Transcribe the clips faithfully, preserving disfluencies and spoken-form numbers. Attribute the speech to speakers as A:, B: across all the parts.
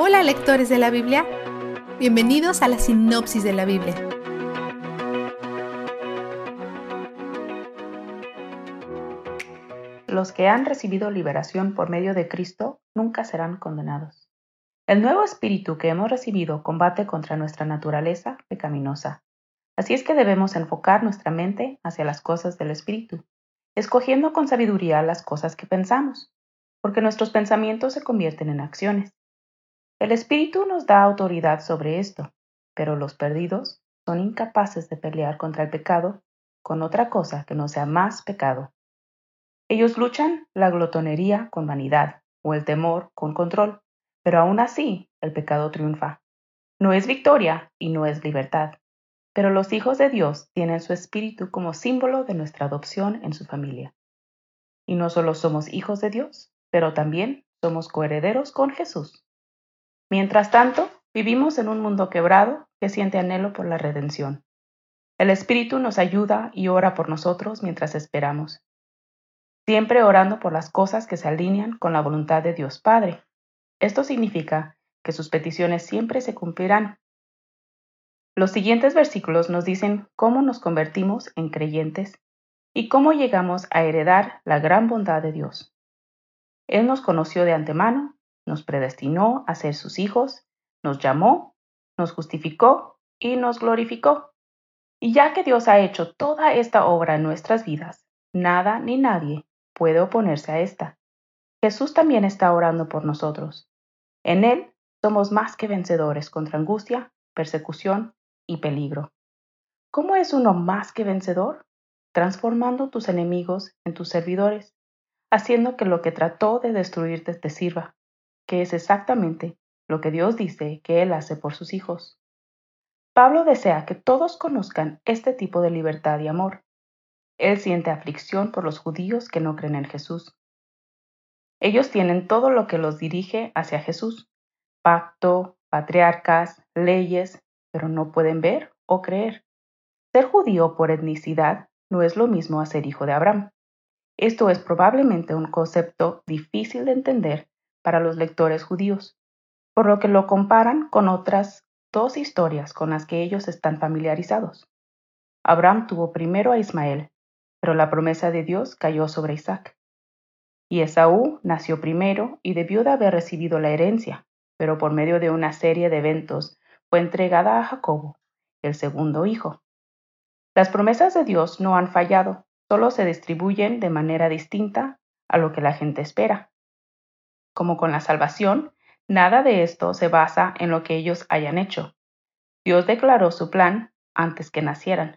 A: Hola lectores de la Biblia, bienvenidos a la sinopsis de la Biblia.
B: Los que han recibido liberación por medio de Cristo nunca serán condenados. El nuevo espíritu que hemos recibido combate contra nuestra naturaleza pecaminosa. Así es que debemos enfocar nuestra mente hacia las cosas del espíritu, escogiendo con sabiduría las cosas que pensamos, porque nuestros pensamientos se convierten en acciones. El espíritu nos da autoridad sobre esto, pero los perdidos son incapaces de pelear contra el pecado con otra cosa que no sea más pecado. Ellos luchan la glotonería con vanidad o el temor con control, pero aún así el pecado triunfa. No es victoria y no es libertad, pero los hijos de Dios tienen su espíritu como símbolo de nuestra adopción en su familia. Y no solo somos hijos de Dios, pero también somos coherederos con Jesús. Mientras tanto, vivimos en un mundo quebrado que siente anhelo por la redención. El Espíritu nos ayuda y ora por nosotros mientras esperamos, siempre orando por las cosas que se alinean con la voluntad de Dios Padre. Esto significa que sus peticiones siempre se cumplirán. Los siguientes versículos nos dicen cómo nos convertimos en creyentes y cómo llegamos a heredar la gran bondad de Dios. Él nos conoció de antemano, nos predestinó a ser sus hijos, nos llamó, nos justificó y nos glorificó. Y ya que Dios ha hecho toda esta obra en nuestras vidas, nada ni nadie puede oponerse a esta. Jesús también está orando por nosotros. En Él somos más que vencedores contra angustia, persecución y peligro. ¿Cómo es uno más que vencedor? Transformando tus enemigos en tus servidores, haciendo que lo que trató de destruirte te sirva, que es exactamente lo que Dios dice que Él hace por sus hijos. Pablo desea que todos conozcan este tipo de libertad y amor. Él siente aflicción por los judíos que no creen en Jesús. Ellos tienen todo lo que los dirige hacia Jesús: pacto, patriarcas, leyes, pero no pueden ver o creer. Ser judío por etnicidad no es lo mismo a ser hijo de Abraham. Esto es probablemente un concepto difícil de entender para los lectores judíos, por lo que lo comparan con otras dos historias con las que ellos están familiarizados. Abraham tuvo primero a Ismael, pero la promesa de Dios cayó sobre Isaac. Y Esaú nació primero y debió de haber recibido la herencia, pero por medio de una serie de eventos fue entregada a Jacobo, el segundo hijo. Las promesas de Dios no han fallado, solo se distribuyen de manera distinta a lo que la gente espera. Como con la salvación, nada de esto se basa en lo que ellos hayan hecho. Dios declaró su plan antes que nacieran.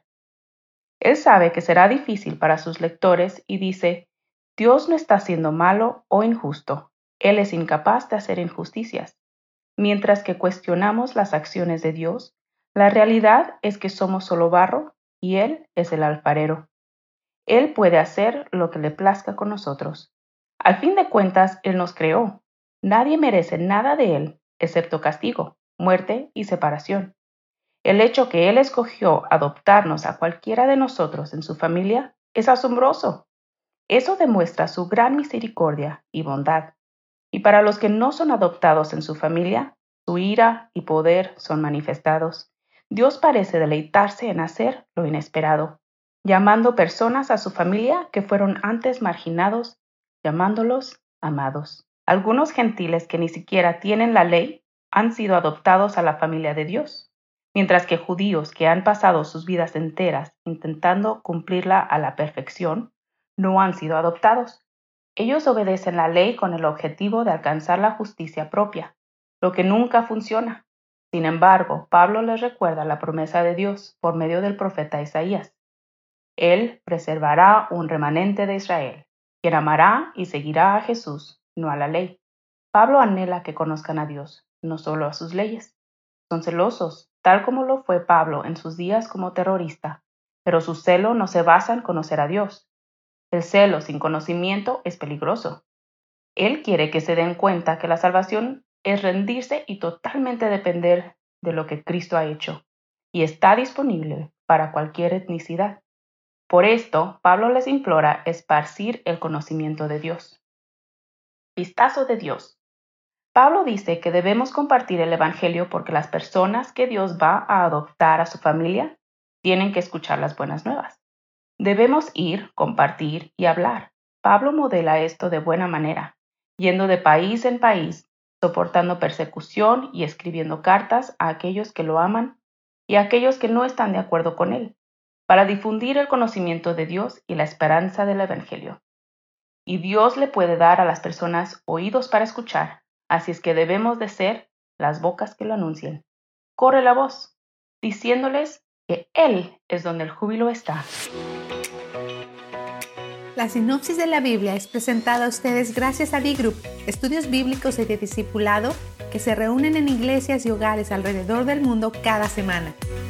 B: Él sabe que será difícil para sus lectores y dice: Dios no está siendo malo o injusto. Él es incapaz de hacer injusticias. Mientras que cuestionamos las acciones de Dios, la realidad es que somos solo barro y Él es el alfarero. Él puede hacer lo que le plazca con nosotros. Al fin de cuentas, Él nos creó. Nadie merece nada de Él, excepto castigo, muerte y separación. El hecho que Él escogió adoptarnos a cualquiera de nosotros en su familia es asombroso. Eso demuestra su gran misericordia y bondad. Y para los que no son adoptados en su familia, su ira y poder son manifestados. Dios parece deleitarse en hacer lo inesperado, llamando personas a su familia que fueron antes marginados, llamándolos amados. Algunos gentiles que ni siquiera tienen la ley han sido adoptados a la familia de Dios, mientras que judíos que han pasado sus vidas enteras intentando cumplirla a la perfección no han sido adoptados. Ellos obedecen la ley con el objetivo de alcanzar la justicia propia, lo que nunca funciona. Sin embargo, Pablo les recuerda la promesa de Dios por medio del profeta Isaías. Él preservará un remanente de Israel, quien amará y seguirá a Jesús, no a la ley. Pablo anhela que conozcan a Dios, no solo a sus leyes. Son celosos, tal como lo fue Pablo en sus días como terrorista, pero su celo no se basa en conocer a Dios. El celo sin conocimiento es peligroso. Él quiere que se den cuenta que la salvación es rendirse y totalmente depender de lo que Cristo ha hecho, y está disponible para cualquier etnicidad. Por esto, Pablo les implora esparcir el conocimiento de Dios. Vistazo de Dios. Pablo dice que debemos compartir el Evangelio porque las personas que Dios va a adoptar a su familia tienen que escuchar las buenas nuevas. Debemos ir, compartir y hablar. Pablo modela esto de buena manera, yendo de país en país, soportando persecución y escribiendo cartas a aquellos que lo aman y a aquellos que no están de acuerdo con él, para difundir el conocimiento de Dios y la esperanza del Evangelio. Y Dios le puede dar a las personas oídos para escuchar, así es que debemos de ser las bocas que lo anuncien. Corre la voz, diciéndoles que Él es donde el júbilo está.
A: La sinopsis de la Biblia es presentada a ustedes gracias a D-Group, estudios bíblicos y de discipulado que se reúnen en iglesias y hogares alrededor del mundo cada semana.